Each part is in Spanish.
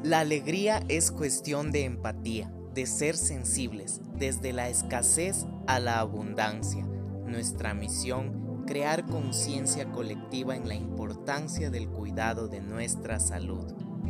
La alegría es cuestión de empatía, de ser sensibles, desde la escasez a la abundancia. Nuestra misión, crear conciencia colectiva en la importancia del cuidado de nuestra salud.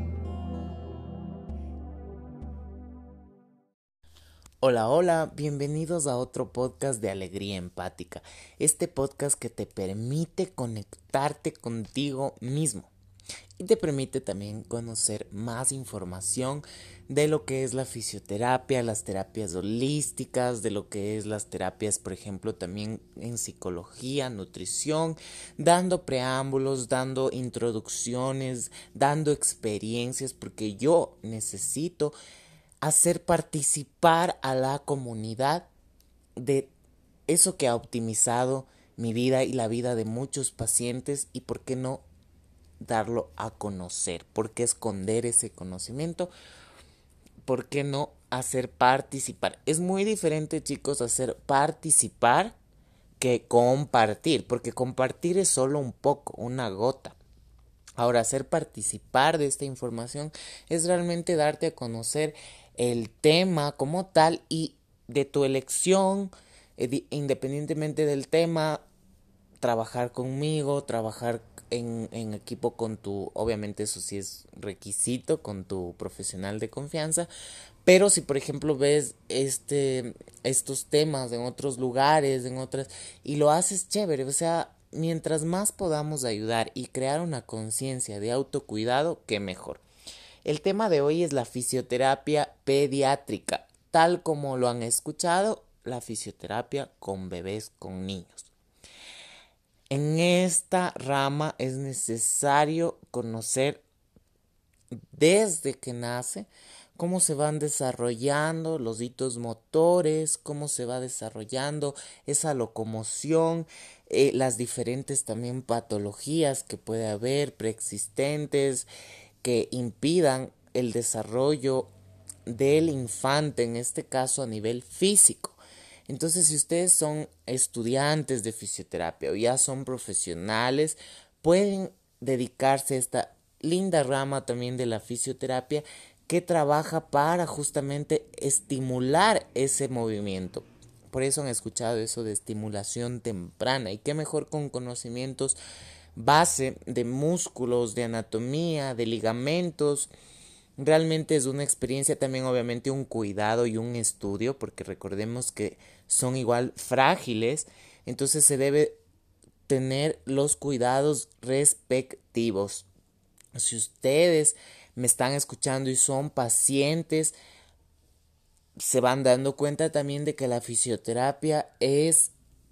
Hola, bienvenidos a otro podcast de Alegría Empática. Este podcast que te permite conectarte contigo mismo. Y te permite también conocer más información de lo que es la fisioterapia, las terapias holísticas, de lo que es las terapias, por ejemplo, también en psicología, nutrición, dando preámbulos, dando introducciones, dando experiencias, porque yo necesito hacer participar a la comunidad de eso que ha optimizado mi vida y la vida de muchos pacientes y, ¿por qué no?, darlo a conocer. ¿Por qué esconder ese conocimiento? ¿Por qué no hacer participar? Es muy diferente, chicos, hacer participar que compartir, porque compartir es solo un poco, una gota. Ahora, hacer participar de esta información es realmente darte a conocer el tema como tal y de tu elección, independientemente del tema, trabajar conmigo, trabajar en equipo con tu, obviamente eso sí es requisito, con tu profesional de confianza, pero si por ejemplo ves estos temas en otros lugares, en otras, y lo haces chévere, o sea, mientras más podamos ayudar y crear una conciencia de autocuidado, qué mejor. El tema de hoy es la fisioterapia pediátrica, tal como lo han escuchado, la fisioterapia con bebés, con niños. En esta rama es necesario conocer desde que nace cómo se van desarrollando los hitos motores, cómo se va desarrollando esa locomoción, las diferentes también patologías que puede haber preexistentes que impidan el desarrollo del infante, en este caso a nivel físico. Entonces, si ustedes son estudiantes de fisioterapia o ya son profesionales, pueden dedicarse a esta linda rama también de la fisioterapia que trabaja para justamente estimular ese movimiento. Por eso han escuchado eso de estimulación temprana, y qué mejor con conocimientos base de músculos, de anatomía, de ligamentos. Realmente es una experiencia, también obviamente un cuidado y un estudio, porque recordemos que son igual frágiles, entonces se debe tener los cuidados respectivos. Si ustedes me están escuchando y son pacientes, se van dando cuenta también de que la fisioterapia es,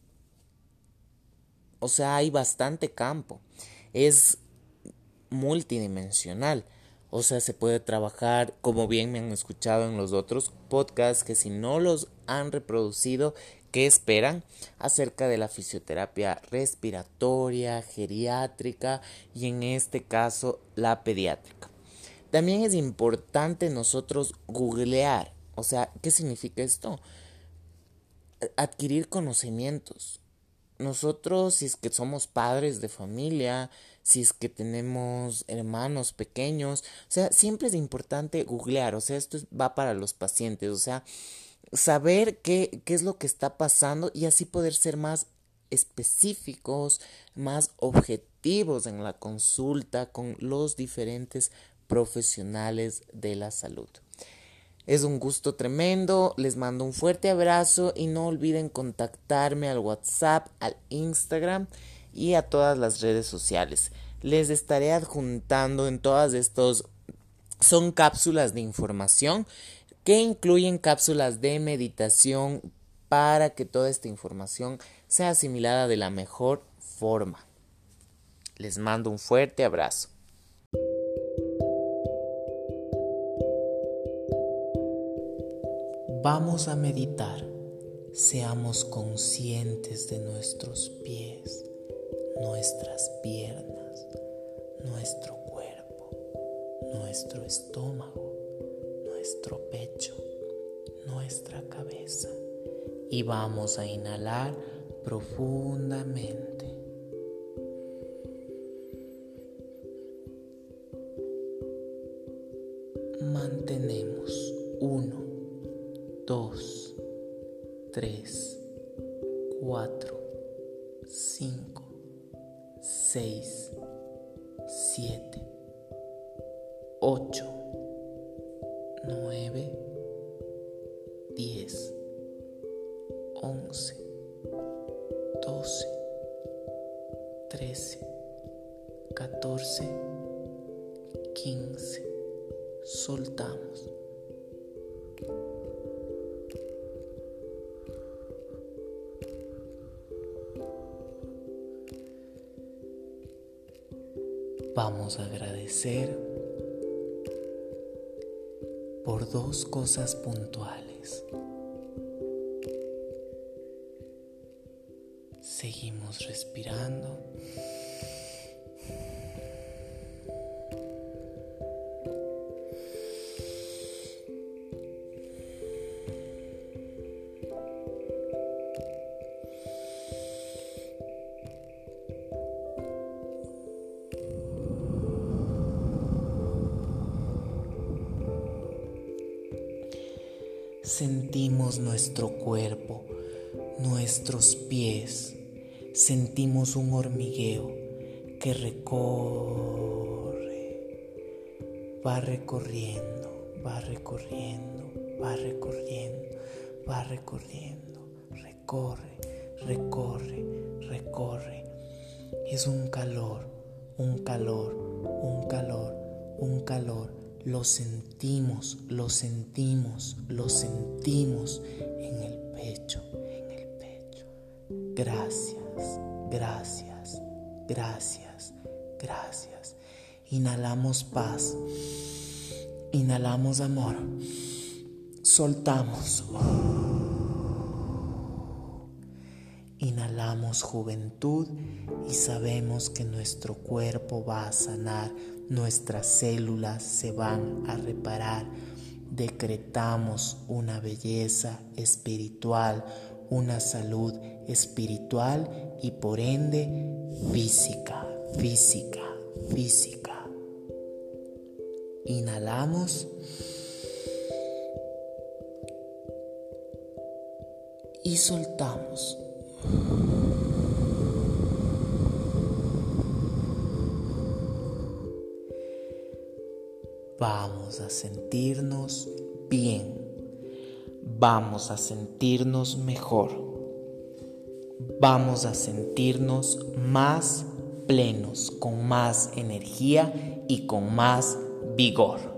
o sea, hay bastante campo, es multidimensional. O sea, se puede trabajar, como bien me han escuchado en los otros podcasts, que si no los han reproducido, ¿qué esperan? Acerca de la fisioterapia respiratoria, geriátrica y en este caso la pediátrica. También es importante nosotros googlear. O sea, ¿qué significa esto? Adquirir conocimientos. Nosotros, si es que somos padres de familia, si es que tenemos hermanos pequeños, o sea, siempre es importante googlear. O sea, esto va para los pacientes, o sea, saber qué es lo que está pasando y así poder ser más específicos, más objetivos en la consulta con los diferentes profesionales de la salud. Es un gusto tremendo, les mando un fuerte abrazo y no olviden contactarme al WhatsApp, al Instagram y a todas las redes sociales. Les estaré adjuntando en todas estos, son cápsulas de información que incluyen cápsulas de meditación para que toda esta información sea asimilada de la mejor forma. Les mando un fuerte abrazo. Vamos a meditar. Seamos conscientes de nuestros pies, nuestras piernas, nuestro cuerpo, nuestro estómago, nuestro pecho, nuestra cabeza. Y vamos a inhalar profundamente. mantenemos 1, 2, 3, 4, 5, 6, 7, 8, 9, 10, 11, 12, 13, 14, 15. Soltamos. Vamos a agradecer por 2 cosas puntuales. Seguimos respirando. Sentimos nuestro cuerpo, nuestros pies, sentimos un hormigueo que recorre, va recorriendo, va recorriendo, va recorriendo, va recorriendo, recorre, recorre, recorre. Es un calor, un calor, un calor, un calor. Lo sentimos, lo sentimos, lo sentimos en el pecho, en el pecho. Gracias, gracias, gracias, gracias. Inhalamos paz, inhalamos amor, soltamos. Inhalamos juventud y sabemos que nuestro cuerpo va a sanar, nuestras células se van a reparar. Decretamos una belleza espiritual, una salud espiritual y por ende física, física, física. Inhalamos y soltamos. Vamos a sentirnos bien, vamos a sentirnos mejor, vamos a sentirnos más plenos, con más energía y con más vigor.